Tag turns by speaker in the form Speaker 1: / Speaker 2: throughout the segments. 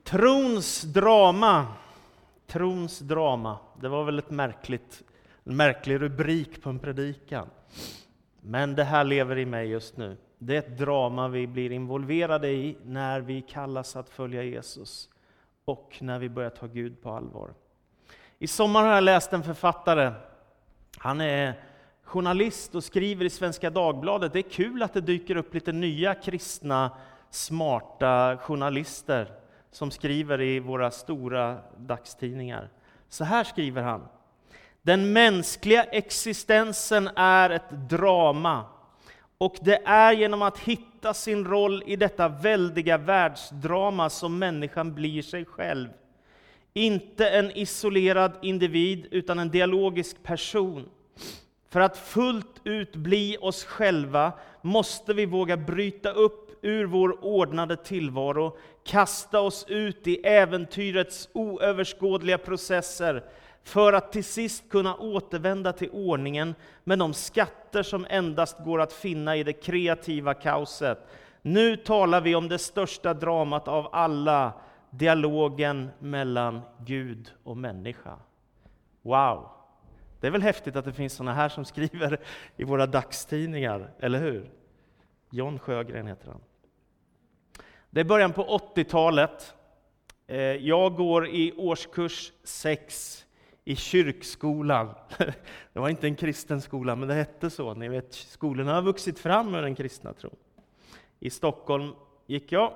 Speaker 1: Trons drama. Trons drama. Det var väl en märklig rubrik på en predikan. Men det här lever i mig just nu. Det är ett drama vi blir involverade i när vi kallas att följa Jesus. Och när vi börjar ta Gud på allvar. I sommar har jag läst en författare. Han är journalist och skriver i Svenska Dagbladet. Det är kul att det dyker upp lite nya kristna, smarta journalister som skriver i våra stora dagstidningar. Så här skriver han. Den mänskliga existensen är ett drama. Och det är genom att hitta sin roll i detta väldiga världsdrama som människan blir sig själv. Inte en isolerad individ utan en dialogisk person. För att fullt ut bli oss själva måste vi våga bryta upp ur vår ordnade tillvaro, kasta oss ut i äventyrets oöverskådliga processer för att till sist kunna återvända till ordningen med de skatter som endast går att finna i det kreativa kaoset. Nu talar vi om det största dramat av alla, dialogen mellan Gud och människa. Wow! Det är väl häftigt att det finns såna här som skriver i våra dagstidningar, eller hur? John Sjögren heter han. Det är början på 80-talet. Jag går i årskurs 6 i kyrkskolan. Det var inte en kristen skola, men det hette så. Ni vet, skolorna har vuxit fram ur den kristna tron. I Stockholm gick jag.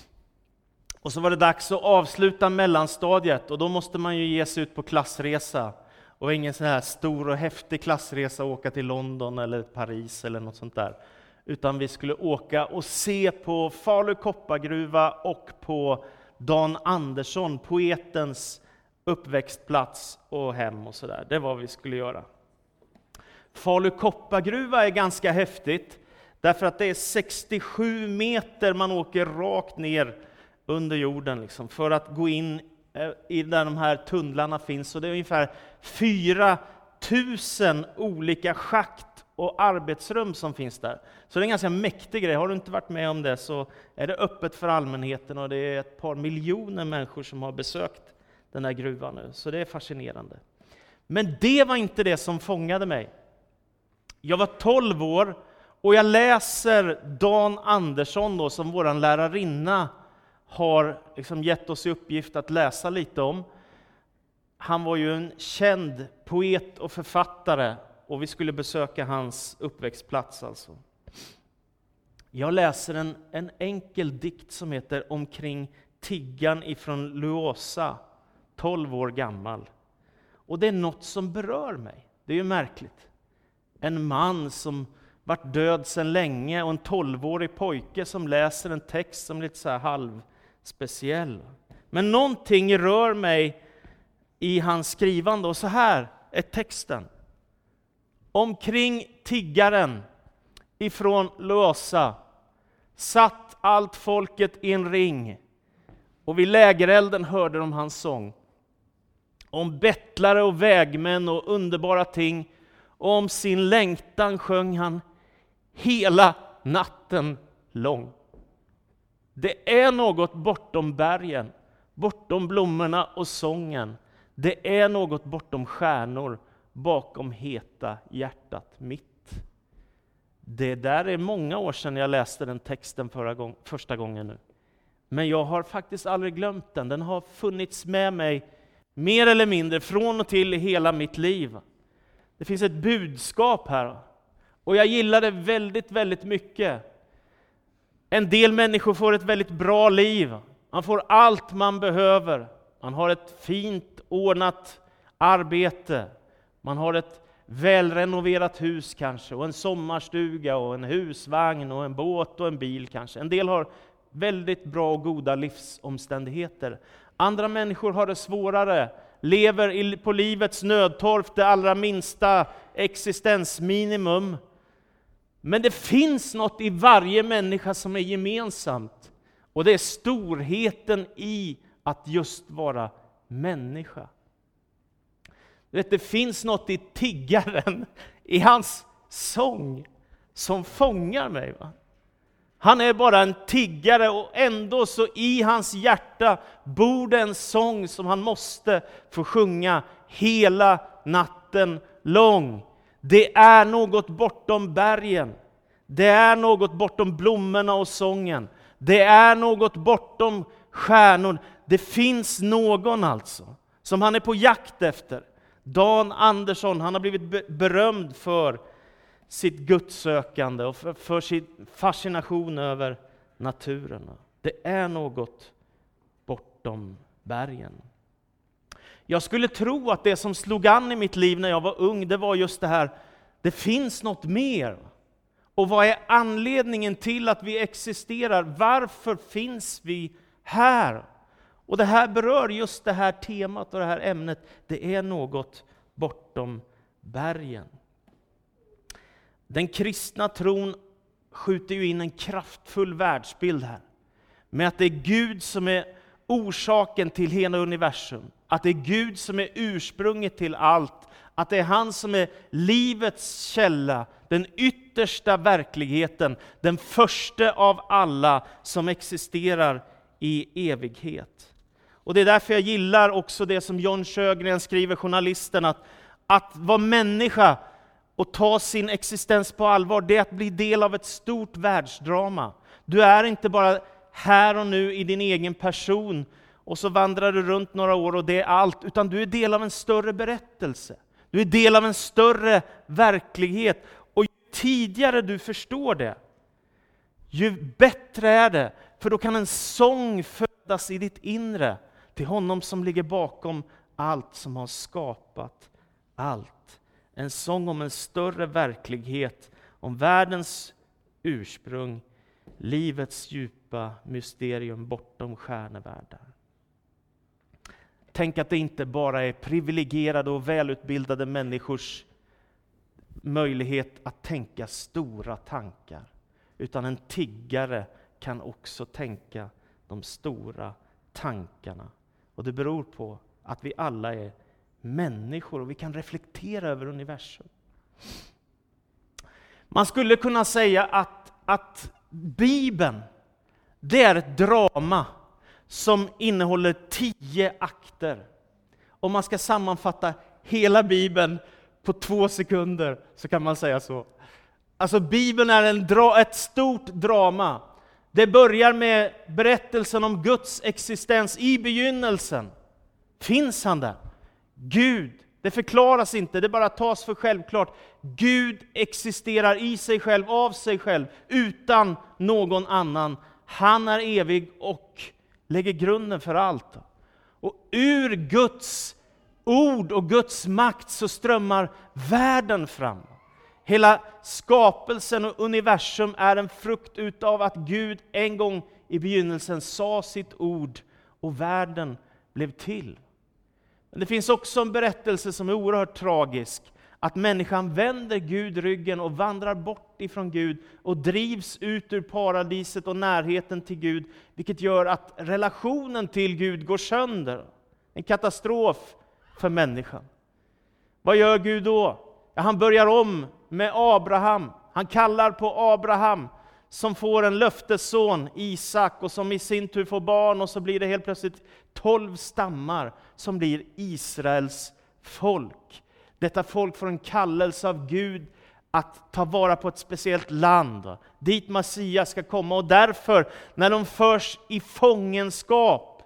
Speaker 1: Och så var det dags att avsluta mellanstadiet. Och då måste man ju ge sig ut på klassresa. Och ingen sån här stor och häftig klassresa att åka till London eller Paris eller något sånt där. Utan vi skulle åka och se på Falu koppargruva och på Dan Andersson, poetens uppväxtplats och hem och sådär. Det var vad vi skulle göra. Falu koppargruva är ganska häftigt. Därför att det är 67 meter man åker rakt ner under jorden liksom, för att gå in i där de här tunnlarna finns. Och det är ungefär 4000 olika schakt och arbetsrum som finns där. Så det är en ganska mäktig grej. Har du inte varit med om det så är det öppet för allmänheten. Och det är ett par miljoner människor som har besökt den här gruvan nu. Så det är fascinerande. Men det var inte det som fångade mig. Jag var 12 år och jag läser Dan Andersson då, som våran lärarinna har liksom gett oss i uppgift att läsa lite om. Han var ju en känd poet och författare och vi skulle besöka hans uppväxtplats alltså. Jag läser en enkel dikt som heter Omkring tiggan ifrån Luosa, 12 år gammal. Och det är något som berör mig. Det är ju märkligt. En man som varit död sedan länge och en 12-årig pojke som läser en text som är lite så här halvspeciell. Men någonting rör mig i hans skrivande och så här är texten. Omkring tiggaren ifrån Luosa satt allt folket i en ring och vid lägerelden hörde de hans sång. Om bettlare och vägmän och underbara ting och om sin längtan sjöng han hela natten lång. Det är något bortom bergen, bortom blommorna och sången. Det är något bortom stjärnor, bakom heta hjärtat mitt. Det där är många år sedan jag läste den texten första gången nu. Men jag har faktiskt aldrig glömt den. Den har funnits med mig mer eller mindre från och till hela mitt liv. Det finns ett budskap här. Och jag gillar det väldigt, väldigt mycket. En del människor får ett väldigt bra liv. Man får allt man behöver. Man har ett fint ordnat arbete. Man har ett välrenoverat hus kanske. Och en sommarstuga och en husvagn och en båt och en bil kanske. En del har väldigt bra och goda livsomständigheter. Andra människor har det svårare. Lever på livets nödtorft, det allra minsta existensminimum. Men det finns något i varje människa som är gemensamt. Och det är storheten i att just vara människa. Det finns något i tiggaren, i hans sång, som fångar mig. Va? Han är bara en tiggare och ändå så i hans hjärta bor det en sång som han måste få sjunga hela natten lång. Det är något bortom bergen. Det är något bortom blommorna och sången. Det är något bortom stjärnor. Det finns någon alltså som han är på jakt efter. Dan Andersson, han har blivit berömd för sitt gudssökande och för sin fascination över naturen. Det är något bortom bergen. Jag skulle tro att det som slog an i mitt liv när jag var ung, det var just det här, det finns något mer. Och vad är anledningen till att vi existerar? Varför finns vi här? Och det här berör just det här temat och det här ämnet. Det är något bortom bergen. Den kristna tron skjuter ju in en kraftfull världsbild här. Med att det är Gud som är orsaken till hela universum. Att det är Gud som är ursprunget till allt. Att det är han som är livets källa, den yttersta verkligheten, den första av alla som existerar i evighet. Och det är därför jag gillar också det som John Sjögren skriver, journalisten, att vara människa och ta sin existens på allvar, det är att bli del av ett stort världsdrama. Du är inte bara här och nu i din egen person och så vandrar du runt några år och det är allt, utan du är del av en större berättelse. Du är del av en större verklighet. Och ju tidigare du förstår det, ju bättre är det. För då kan en sång födas i ditt inre till honom som ligger bakom allt, som har skapat allt. En sång om en större verklighet, om världens ursprung, livets djupa mysterium bortom stjärnevärldar. Tänk att det inte bara är privilegierade och välutbildade människors möjlighet att tänka stora tankar. Utan en tiggare kan också tänka de stora tankarna. Och det beror på att vi alla är människor och vi kan reflektera över universum. Man skulle kunna säga att Bibeln, det är ett drama som innehåller 10 akter. Om man ska sammanfatta hela Bibeln på 2 sekunder så kan man säga så. Alltså Bibeln är ett stort drama. Det börjar med berättelsen om Guds existens i begynnelsen. Finns han där? Gud, det förklaras inte, det bara tas för självklart. Gud existerar i sig själv, av sig själv, utan någon annan. Han är evig och lägger grunden för allt. Och ur Guds ord och Guds makt så strömmar världen fram. Hela skapelsen och universum är en frukt utav att Gud en gång i begynnelsen sa sitt ord och världen blev till. Men det finns också en berättelse som är oerhört tragisk. Att människan vänder Gud ryggen och vandrar bort ifrån Gud och drivs ut ur paradiset och närheten till Gud. Vilket gör att relationen till Gud går sönder. En katastrof för människan. Vad gör Gud då? Ja, han börjar om med Abraham. Han kallar på Abraham som får en löftesson, Isak, och som i sin tur får barn. Och så blir det helt plötsligt 12 stammar som blir Israels folk. Detta folk får en kallelse av Gud att ta vara på ett speciellt land. Dit Messias ska komma. Och därför, när de förs i fångenskap,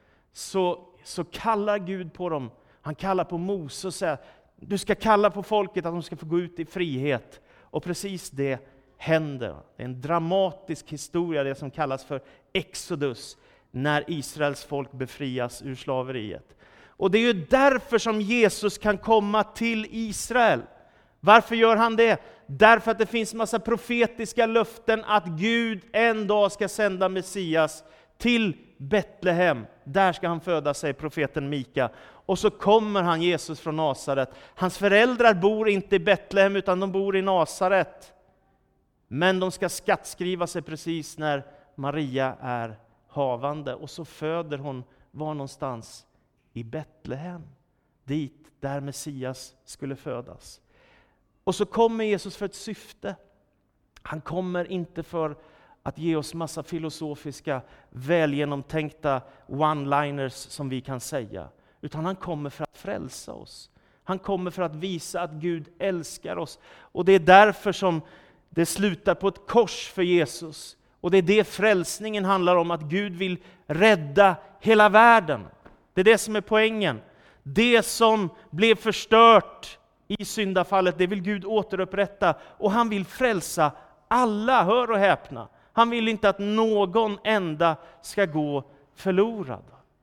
Speaker 1: så kallar Gud på dem. Han kallar på Mose och säger, du ska kalla på folket att de ska få gå ut i frihet. Och precis det händer. Det är en dramatisk historia, det som kallas för Exodus, när Israels folk befrias ur slaveriet. Och det är ju därför som Jesus kan komma till Israel. Varför gör han det? Därför att det finns massa profetiska löften att Gud en dag ska sända Messias till Betlehem. Där ska han föda sig, profeten Mika. Och så kommer han, Jesus från Nasaret. Hans föräldrar bor inte i Betlehem utan de bor i Nasaret. Men de ska skattskriva sig precis när Maria är havande. Och så föder hon var någonstans? I Betlehem. Dit där Messias skulle födas. Och så kommer Jesus för ett syfte. Han kommer inte för att ge oss massa filosofiska, välgenomtänkta one-liners som vi kan säga. Utan han kommer för att frälsa oss. Han kommer för att visa att Gud älskar oss. Och det är därför som det slutar på ett kors för Jesus. Och det är det frälsningen handlar om, att Gud vill rädda hela världen. Det är det som är poängen. Det som blev förstört i syndafallet, det vill Gud återupprätta. Och han vill frälsa alla, hör och häpna. Han vill inte att någon enda ska gå förlorad.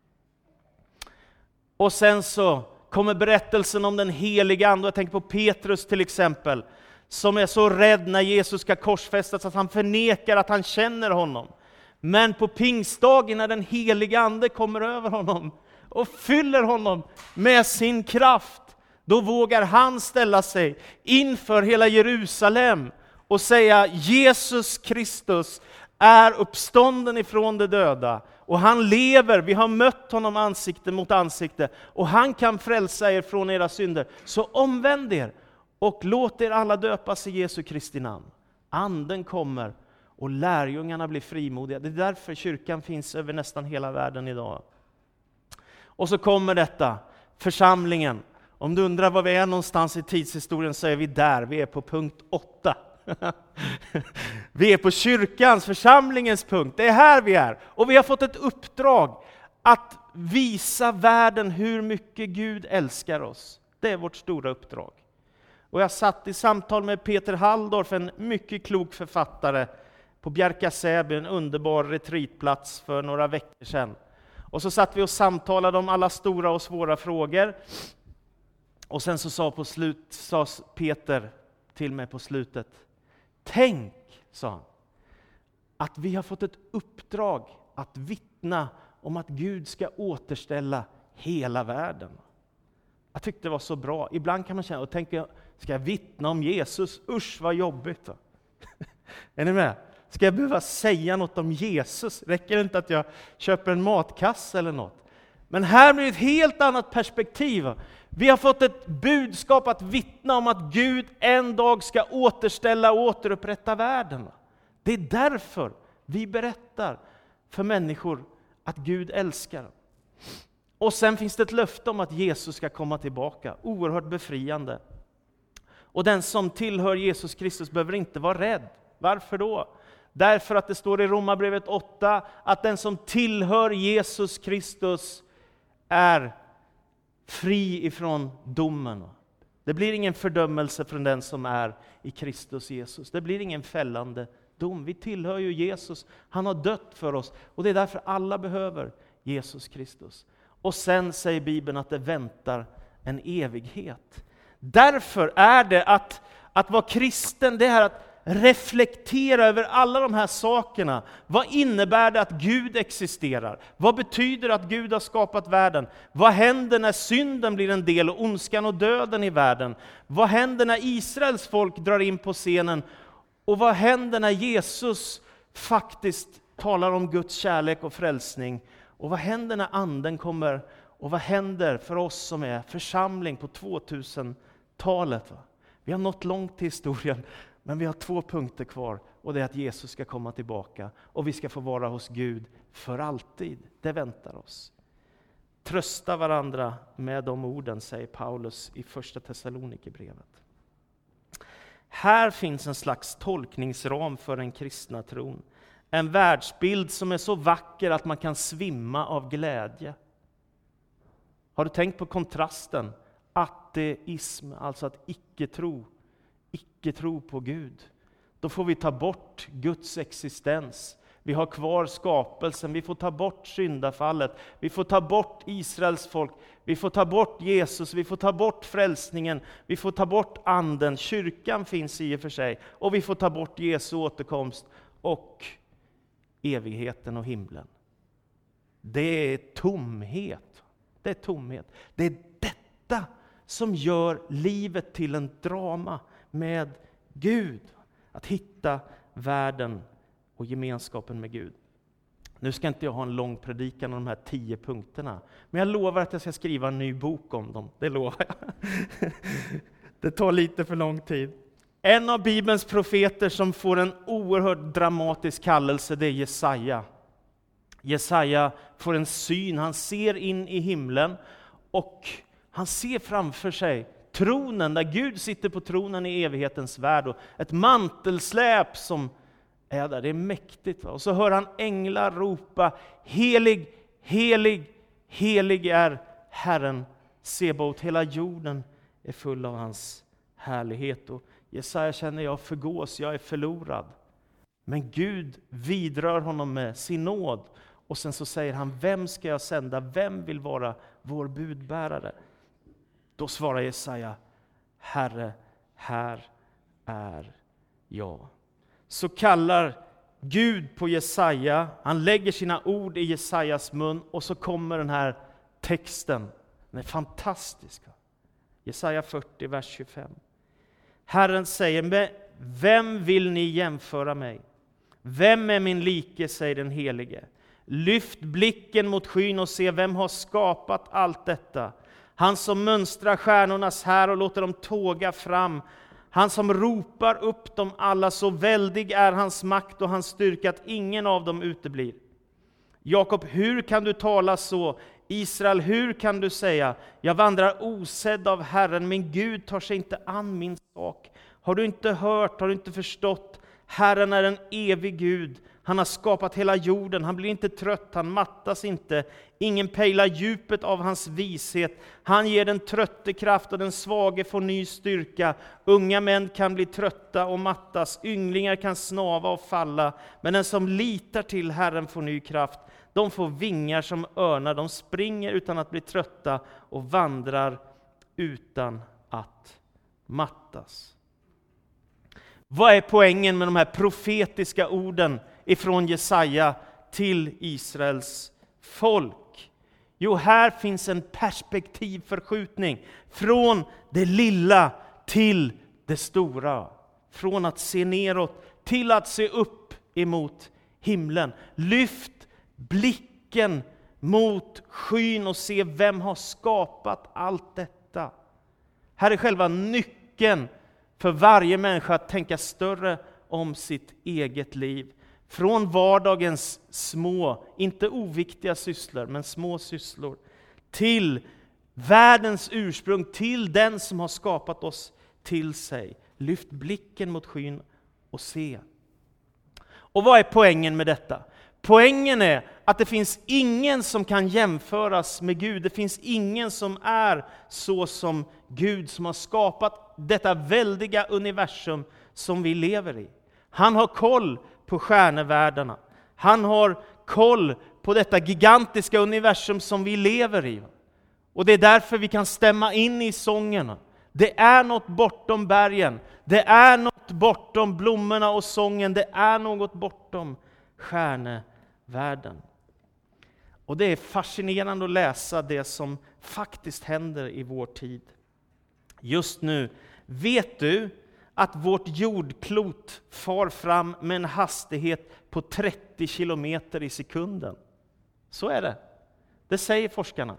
Speaker 1: Och sen så kommer berättelsen om den heliga ande. Jag tänker på Petrus till exempel, som är så rädd när Jesus ska korsfästas att han förnekar att han känner honom. Men på pingstdagen när den heliga ande kommer över honom och fyller honom med sin kraft, då vågar han ställa sig inför hela Jerusalem och säga: Jesus Kristus är uppstånden ifrån de döda. Och han lever, vi har mött honom ansikte mot ansikte. Och han kan frälsa er från era synder. Så omvänd er och låt er alla döpas i Jesu Kristi namn. Anden kommer och lärjungarna blir frimodiga. Det är därför kyrkan finns över nästan hela världen idag. Och så kommer detta, församlingen. Om du undrar var vi är någonstans i tidshistorien, så är vi där. Vi är på punkt 8. Vi är på kyrkans, församlingens punkt. Det är här vi är. Och vi har fått ett uppdrag att visa världen hur mycket Gud älskar oss. Det är vårt stora uppdrag. Och jag satt i samtal med Peter Halldorf, en mycket klok författare, på Bjärka Säby, en underbar retreatplats för några veckor sedan. Och så satt vi och samtalade om alla stora och svåra frågor. Och sen så sa Peter till mig på slutet: tänk, sa han, att vi har fått ett uppdrag att vittna om att Gud ska återställa hela världen. Jag tyckte det var så bra. Ibland kan man känna och tänka, ska jag vittna om Jesus? Usch vad jobbigt. Är ni med? Ska jag behöva säga något om Jesus? Räcker det inte att jag köper en matkasse eller något? Men här blir ett helt annat perspektiv. Vi har fått ett budskap att vittna om att Gud en dag ska återställa och återupprätta världen. Det är därför vi berättar för människor att Gud älskar. Och sen finns det ett löfte om att Jesus ska komma tillbaka. Oerhört befriande. Och den som tillhör Jesus Kristus behöver inte vara rädd. Varför då? Därför att det står i Romarbrevet 8 att den som tillhör Jesus Kristus är fri ifrån domen. Det blir ingen fördömelse från den som är i Kristus Jesus. Det blir ingen fällande dom. Vi tillhör ju Jesus. Han har dött för oss. Och det är därför alla behöver Jesus Kristus. Och sen säger Bibeln att det väntar en evighet. Därför är det att vara kristen, det är att reflektera över alla de här sakerna. Vad innebär det att Gud existerar? Vad betyder det att Gud har skapat världen? Vad händer när synden blir en del och ondskan och döden i världen? Vad händer när Israels folk drar in på scenen? Och vad händer när Jesus faktiskt talar om Guds kärlek och frälsning? Och vad händer när anden kommer? Och vad händer för oss som är församling på 2000-talet? Vi har nått långt i historien. Men vi har 2 punkter kvar, och det är att Jesus ska komma tillbaka och vi ska få vara hos Gud för alltid. Det väntar oss. Trösta varandra med de orden, säger Paulus i första Thessalonikerbrevet. Här finns en slags tolkningsram för den kristna tron. En världsbild som är så vacker att man kan svimma av glädje. Har du tänkt på kontrasten? Ateism, alltså att icke tro på Gud. Då får vi ta bort Guds existens. Vi har kvar skapelsen. Vi får ta bort syndafallet. Vi får ta bort Israels folk. Vi får ta bort Jesus. Vi får ta bort frälsningen. Vi får ta bort anden. Kyrkan finns i och för sig. Och vi får ta bort Jesu återkomst och evigheten och himlen. Det är tomhet. Det är tomhet. Det är detta som gör livet till en drama med Gud. Att hitta världen och gemenskapen med Gud. Nu ska inte jag ha en lång predikan om de här 10 punkterna. Men jag lovar att jag ska skriva en ny bok om dem. Det lovar jag. Det tar lite för lång tid. En av Bibelns profeter som får en oerhört dramatisk kallelse, det är Jesaja. Jesaja får en syn, han ser in i himlen och han ser framför sig tronen där Gud sitter på tronen i evighetens värld och ett mantelsläp som är där, det är mäktigt. Va? Och så hör han änglar ropa, helig, helig, helig är Herren Sebaot, hela jorden är full av hans härlighet. Och Jesaja känner, jag förgås, jag är förlorad. Men Gud vidrör honom med sin nåd. Och sen så säger han, vem ska jag sända? Vem vill vara vår budbärare? Då svarar Jesaja, Herre, här är jag. Så kallar Gud på Jesaja, han lägger sina ord i Jesajas mun och så kommer den här texten. Den är fantastisk. Jesaja 40, vers 25. Herren säger, vem vill ni jämföra mig? Vem är min like, säger den helige. Lyft blicken mot skyn och se, vem har skapat allt detta? Han som mönstrar stjärnornas här och låter dem tåga fram. Han som ropar upp dem alla, så väldig är hans makt och hans styrka att ingen av dem uteblir. Jakob, hur kan du tala så? Israel, hur kan du säga, jag vandrar osedd av Herren, men Gud tar sig inte an min sak. Har du inte hört, har du inte förstått? Herren är en evig Gud. Han har skapat hela jorden, han blir inte trött, han mattas inte. Ingen pejlar djupet av hans vishet. Han ger den trötte kraft och den svage får ny styrka. Unga män kan bli trötta och mattas, ynglingar kan snava och falla. Men den som litar till Herren får ny kraft. De får vingar som örnar, de springer utan att bli trötta och vandrar utan att mattas. Vad är poängen med de här profetiska orden ifrån Jesaja till Israels folk? Jo, här finns en perspektivförskjutning från det lilla till det stora. Från att se neråt till att se upp emot himlen. Lyft blicken mot skyn och se, vem har skapat allt detta? Här är själva nyckeln för varje människa att tänka större om sitt eget liv. Från vardagens små, inte oviktiga sysslor, men små sysslor, till världens ursprung, till den som har skapat oss till sig. Lyft blicken mot skyn och se. Och vad är poängen med detta? Poängen är att det finns ingen som kan jämföras med Gud. Det finns ingen som är så som Gud, som har skapat detta väldiga universum som vi lever i. Han har koll på stjärnevärldarna. Han har koll på detta gigantiska universum som vi lever i. Och det är därför vi kan stämma in i sångerna. Det är något bortom bergen. Det är något bortom blommorna och sången. Det är något bortom stjärnevärlden. Och det är fascinerande att läsa det som faktiskt händer i vår tid. Just nu, vet du att vårt jordklot far fram med en hastighet på 30 kilometer i sekunden? Så är det. Det säger forskarna.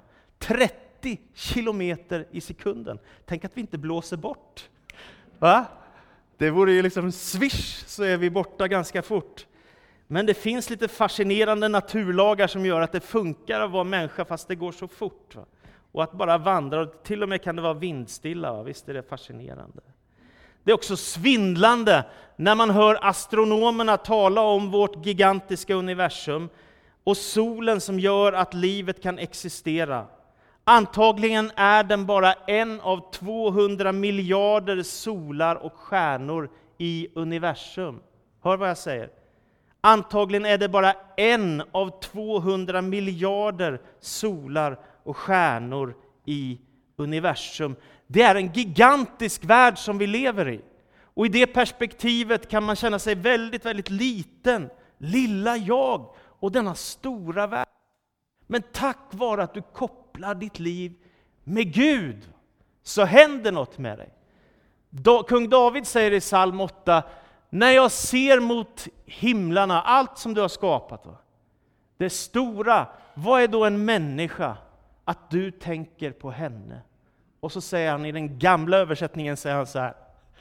Speaker 1: 30 kilometer i sekunden. Tänk att vi inte blåser bort. Va? Det vore ju liksom swish, så är vi borta ganska fort. Men det finns lite fascinerande naturlagar som gör att det funkar att vara människa fast det går så fort. Va? Och att bara vandra, och till och med kan det vara vindstilla. Va? Visst är det fascinerande. Det är också svindlande när man hör astronomerna tala om vårt gigantiska universum och solen som gör att livet kan existera. Antagligen är den bara en av 200 miljarder solar och stjärnor i universum. Hör vad jag säger. Antagligen är det bara en av 200 miljarder solar och stjärnor i universum. Det är en gigantisk värld som vi lever i. Och i det perspektivet kan man känna sig väldigt, väldigt liten. Lilla jag och denna stora värld. Men tack vare att du kopplar ditt liv med Gud så händer något med dig. Kung David säger i psalm 8: när jag ser mot himlarna, allt som du har skapat, det stora, vad är då en människa att du tänker på henne? Och så säger han i den gamla översättningen, säger han så här: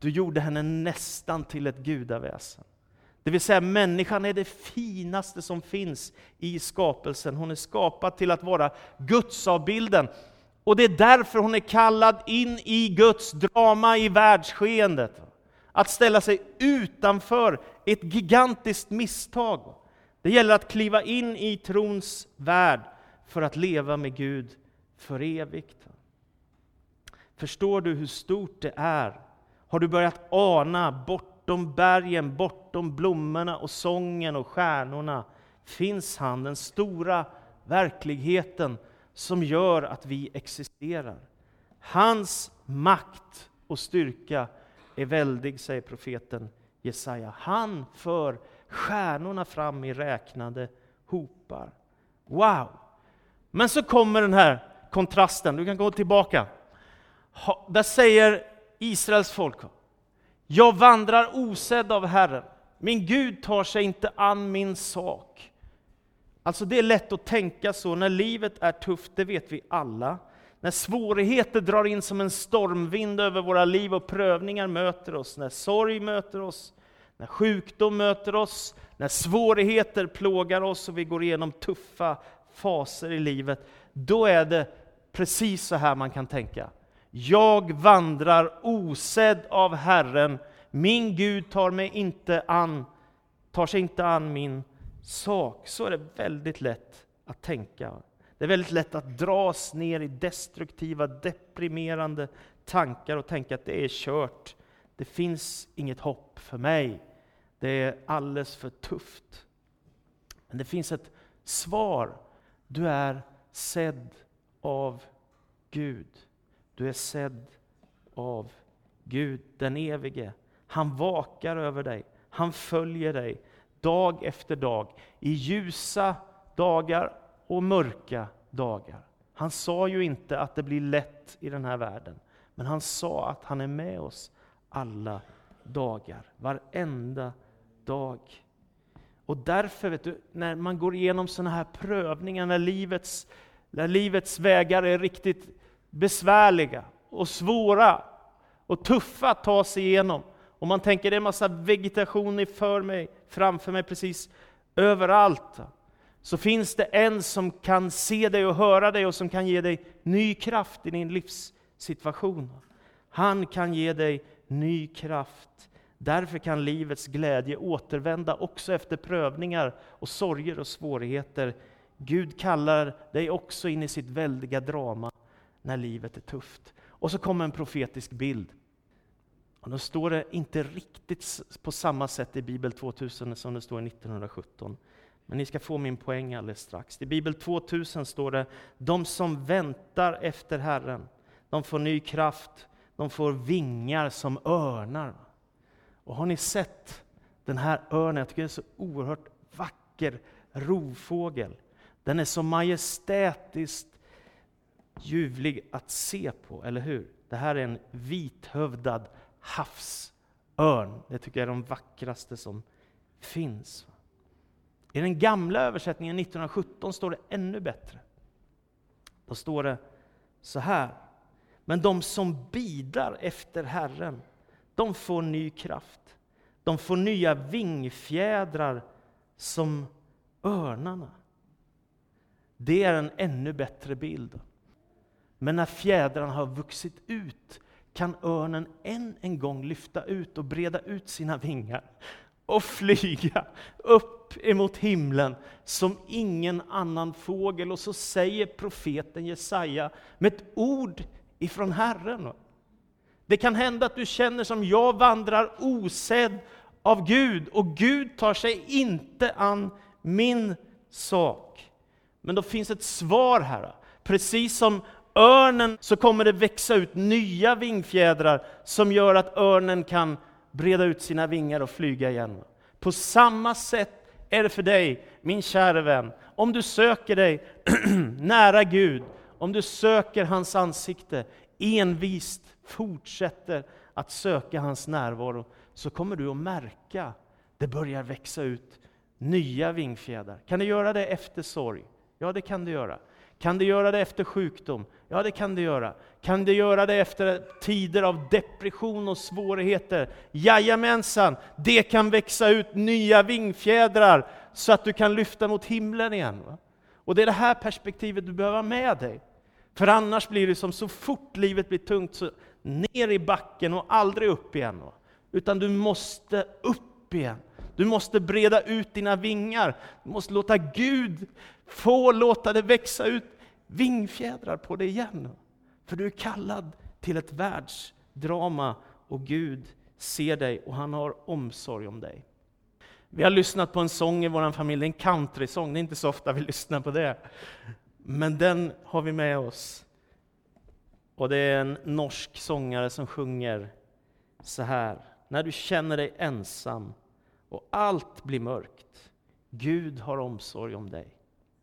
Speaker 1: Du gjorde henne nästan till ett gudaväsen. Det vill säga, människan är det finaste som finns i skapelsen. Hon är skapad till att vara Guds avbilden. Och det är därför hon är kallad in i Guds drama i världsskeendet. Att ställa sig utanför ett gigantiskt misstag. Det gäller att kliva in i trons värld för att leva med Gud för evigt. Förstår du hur stort det är? Har du börjat ana bortom bergen, bortom blommorna och sången och stjärnorna? Finns han, den stora verkligheten som gör att vi existerar. Hans makt och styrka är väldig, säger profeten Jesaja. Han för stjärnorna fram i räknade hopar. Wow! Men så kommer den här kontrasten. Du kan gå tillbaka. Där säger Israels folk: jag vandrar osedd av Herren. Min Gud tar sig inte an min sak. Alltså det är lätt att tänka så när livet är tufft, det vet vi alla. När svårigheter drar in som en stormvind över våra liv och prövningar möter oss. När sorg möter oss, när sjukdom möter oss, när svårigheter plågar oss och vi går igenom tuffa faser i livet. Då är det precis så här man kan tänka. Jag vandrar osedd av Herren. Min Gud tar sig inte an min sak. Så är det väldigt lätt att tänka. Det är väldigt lätt att dras ner i destruktiva, deprimerande tankar och tänka att det är kört. Det finns inget hopp för mig. Det är alldeles för tufft. Men det finns ett svar. Du är sedd av Gud. Du är sedd av Gud, den evige. Han vakar över dig. Han följer dig dag efter dag. I ljusa dagar och mörka dagar. Han sa ju inte att det blir lätt i den här världen. Men han sa att han är med oss alla dagar. Varenda dag. Och därför, vet du, när man går igenom såna här prövningar, när livets vägar är riktigt besvärliga och svåra och tuffa att ta sig igenom. Och man tänker det är en massa vegetation framför mig precis överallt. Så finns det en som kan se dig och höra dig och som kan ge dig ny kraft i din livssituation. Han kan ge dig ny kraft. Därför kan livets glädje återvända också efter prövningar och sorger och svårigheter. Gud kallar dig också in i sitt väldiga drama när livet är tufft. Och så kommer en profetisk bild. Och då står det inte riktigt på samma sätt i Bibel 2000 som det står i 1917. Men ni ska få min poäng alldeles strax. I Bibel 2000 står det: de som väntar efter Herren, de får ny kraft, de får vingar som örnar. Och har ni sett den här örnen? Jag tycker det är så oerhört vacker rovfågel. Den är så majestätiskt ljuvlig att se på, eller hur? Det här är en vithövdad havsörn. Det tycker jag är de vackraste som finns. I den gamla översättningen 1917 står det ännu bättre. Då står det så här: men de som bidar efter Herren, de får ny kraft. De får nya vingfjädrar som örnarna. Det är en ännu bättre bild. Men när fjädrarna har vuxit ut kan örnen än en gång lyfta ut och breda ut sina vingar och flyga upp emot himlen som ingen annan fågel. Och så säger profeten Jesaja med ett ord ifrån Herren. Det kan hända att du känner som jag vandrar osedd av Gud och Gud tar sig inte an min sak. Men då finns ett svar här. Precis som örnen så kommer det växa ut nya vingfjädrar som gör att örnen kan breda ut sina vingar och flyga igen. På samma sätt är det för dig, min kära vän. Om du söker dig nära Gud, om du söker hans ansikte, envist fortsätter att söka hans närvaro, så kommer du att märka det börjar växa ut nya vingfjädrar. Kan du göra det efter sorg? Ja, det kan du göra. Kan det göra det efter sjukdom? Ja, det kan det göra. Kan det göra det efter tider av depression och svårigheter? Jajamensan, det kan växa ut nya vingfjädrar så att du kan lyfta mot himlen igen. Va? Och det är det här perspektivet du behöver ha med dig. För annars blir det som så fort livet blir tungt så ner i backen och aldrig upp igen. Va? Utan du måste upp igen. Du måste breda ut dina vingar. Du måste låta Gud låta det växa ut vingfjädrar på dig igen. För du är kallad till ett världsdrama och Gud ser dig och han har omsorg om dig. Vi har lyssnat på en sång i vår familj, en countrysång. Det är inte så ofta vi lyssnar på det. Men den har vi med oss. Och det är en norsk sångare som sjunger så här. När du känner dig ensam och allt blir mörkt. Gud har omsorg om dig.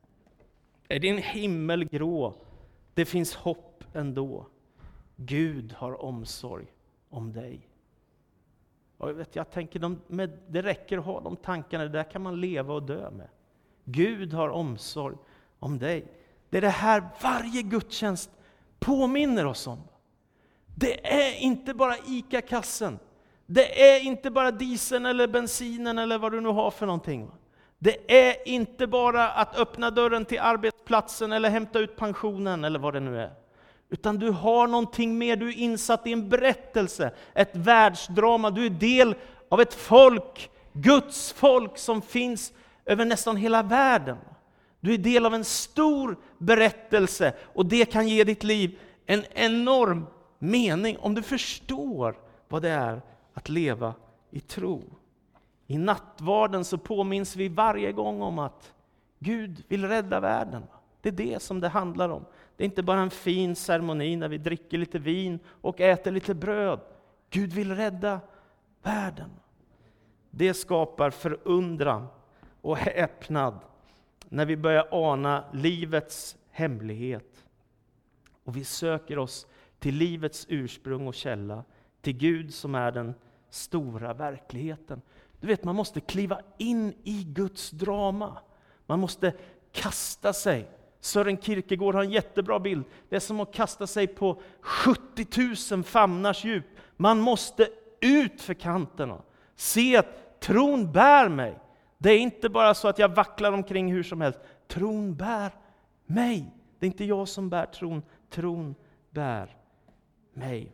Speaker 1: Är din himmel grå? Det finns hopp ändå. Gud har omsorg om dig. Och jag tänker, det räcker att ha de tankarna. Det där kan man leva och dö med. Gud har omsorg om dig. Det är det här varje gudstjänst påminner oss om. Det är inte bara ICA-kassen. Det är inte bara dieseln eller bensinen eller vad du nu har för någonting. Det är inte bara att öppna dörren till arbetsplatsen eller hämta ut pensionen eller vad det nu är. Utan du har någonting mer, du är insatt i en berättelse, ett världsdrama. Du är del av ett folk, Guds folk som finns över nästan hela världen. Du är del av en stor berättelse och det kan ge ditt liv en enorm mening om du förstår vad det är att leva i tro. I nattvarden så påminns vi varje gång om att Gud vill rädda världen. Det är det som det handlar om. Det är inte bara en fin ceremoni när vi dricker lite vin och äter lite bröd. Gud vill rädda världen. Det skapar förundran och häpnad när vi börjar ana livets hemlighet. Och vi söker oss till livets ursprung och källa, till Gud som är den stora verkligheten. Du vet, man måste kliva in i Guds drama. Man måste kasta sig. Sören Kierkegaard har en jättebra bild. Det är som att kasta sig på 70 000 famnars djup. Man måste ut för kanterna. Se att tron bär mig. Det är inte bara så att jag vacklar omkring hur som helst. Tron bär mig. Det är inte jag som bär tron. Tron bär mig.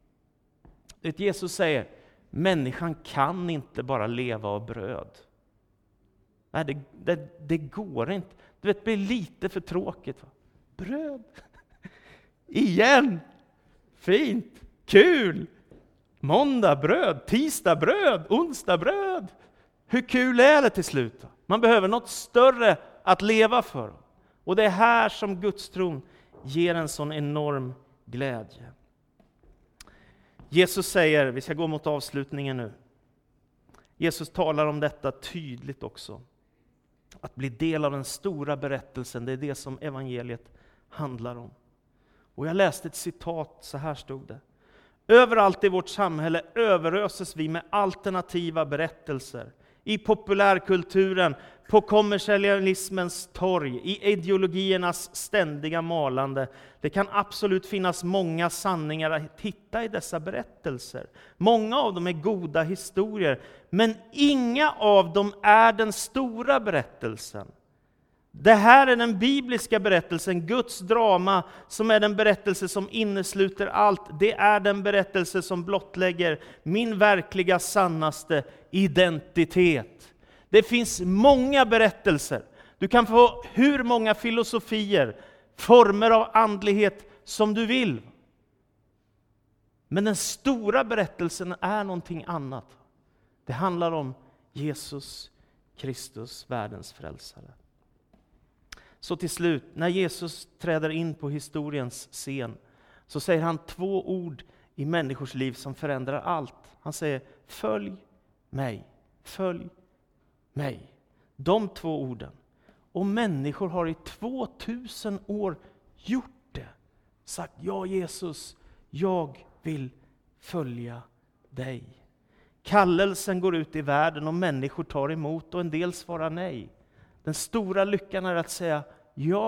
Speaker 1: Det Jesus säger, människan kan inte bara leva av bröd. Nej, det går inte. Du vet, det blir lite för tråkigt. Va? Bröd. Igen. Fint. Kul. Måndag bröd. Tisdag bröd. Onsdag bröd. Hur kul är det till slut? Va? Man behöver något större att leva för. Och det är här som Gudstron ger en sån enorm glädje. Jesus säger, vi ska gå mot avslutningen nu. Jesus talar om detta tydligt också. Att bli del av den stora berättelsen, det är det som evangeliet handlar om. Och jag läste ett citat, så här stod det. Överallt i vårt samhälle överöses vi med alternativa berättelser. I populärkulturen, på kommersialismens torg, i ideologiernas ständiga malande. Det kan absolut finnas många sanningar att hitta i dessa berättelser. Många av dem är goda historier, men inga av dem är den stora berättelsen. Det här är den bibliska berättelsen, Guds drama, som är den berättelse som innesluter allt. Det är den berättelse som blottlägger min verkliga, sannaste identitet. Det finns många berättelser. Du kan få hur många filosofier, former av andlighet som du vill. Men den stora berättelsen är någonting annat. Det handlar om Jesus Kristus, världens frälsare. Så till slut, när Jesus träder in på historiens scen, så säger han 2 ord i människors liv som förändrar allt. Han säger, följ mig, följ mig. De 2 orden. Och människor har i 2000 år gjort det. Sagt, ja Jesus, jag vill följa dig. Kallelsen går ut i världen och människor tar emot och en del svarar nej. Den stora lyckan är att säga, ja,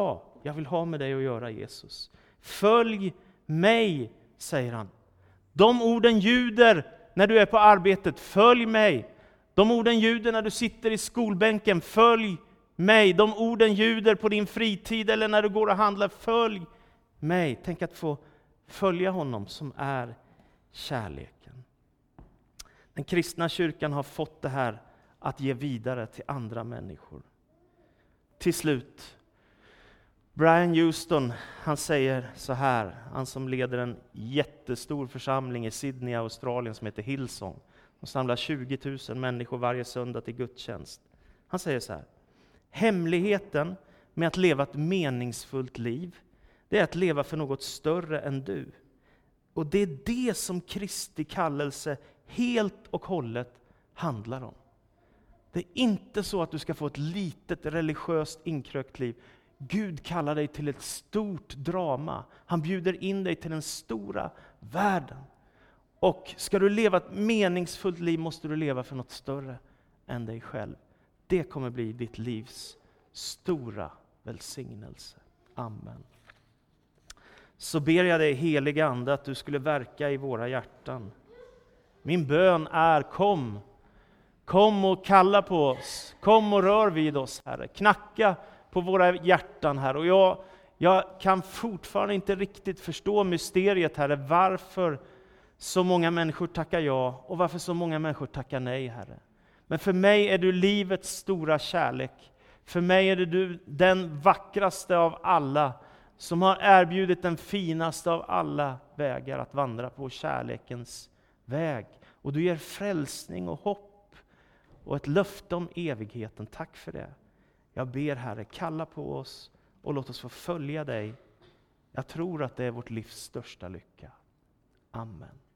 Speaker 1: jag vill ha med dig att göra, Jesus. Följ mig, säger han. De orden ljuder när du är på arbetet, följ mig. De orden ljuder när du sitter i skolbänken, följ mig. De orden ljuder på din fritid eller när du går och handlar, följ mig. Tänk att få följa honom som är kärleken. Den kristna kyrkan har fått det här att ge vidare till andra människor. Till slut, Brian Houston, han säger så här, han som leder en jättestor församling i Sydney, Australien som heter Hillsong. De samlar 20 000 människor varje söndag till gudstjänst. Han säger så här: hemligheten med att leva ett meningsfullt liv, det är att leva för något större än du. Och det är det som Kristi kallelse helt och hållet handlar om. Det är inte så att du ska få ett litet religiöst inkrökt liv. Gud kallar dig till ett stort drama. Han bjuder in dig till den stora världen. Och ska du leva ett meningsfullt liv måste du leva för något större än dig själv. Det kommer bli ditt livs stora välsignelse. Amen. Så ber jag dig, heliga Ande, att du skulle verka i våra hjärtan. Min bön är: kom. Kom och kalla på oss. Kom och rör vid oss, Herre. Knacka på våra hjärtan, Herre. Och jag kan fortfarande inte riktigt förstå mysteriet, Herre. Varför så många människor tackar ja och varför så många människor tackar nej, Herre. Men för mig är du livets stora kärlek. För mig är du den vackraste av alla, som har erbjudit den finaste av alla vägar att vandra på, kärlekens väg. Och du ger frälsning och hopp och ett löfte om evigheten. Tack för det. Jag ber, Herre, kalla på oss och låt oss få följa dig. Jag tror att det är vårt livs största lycka. Amen.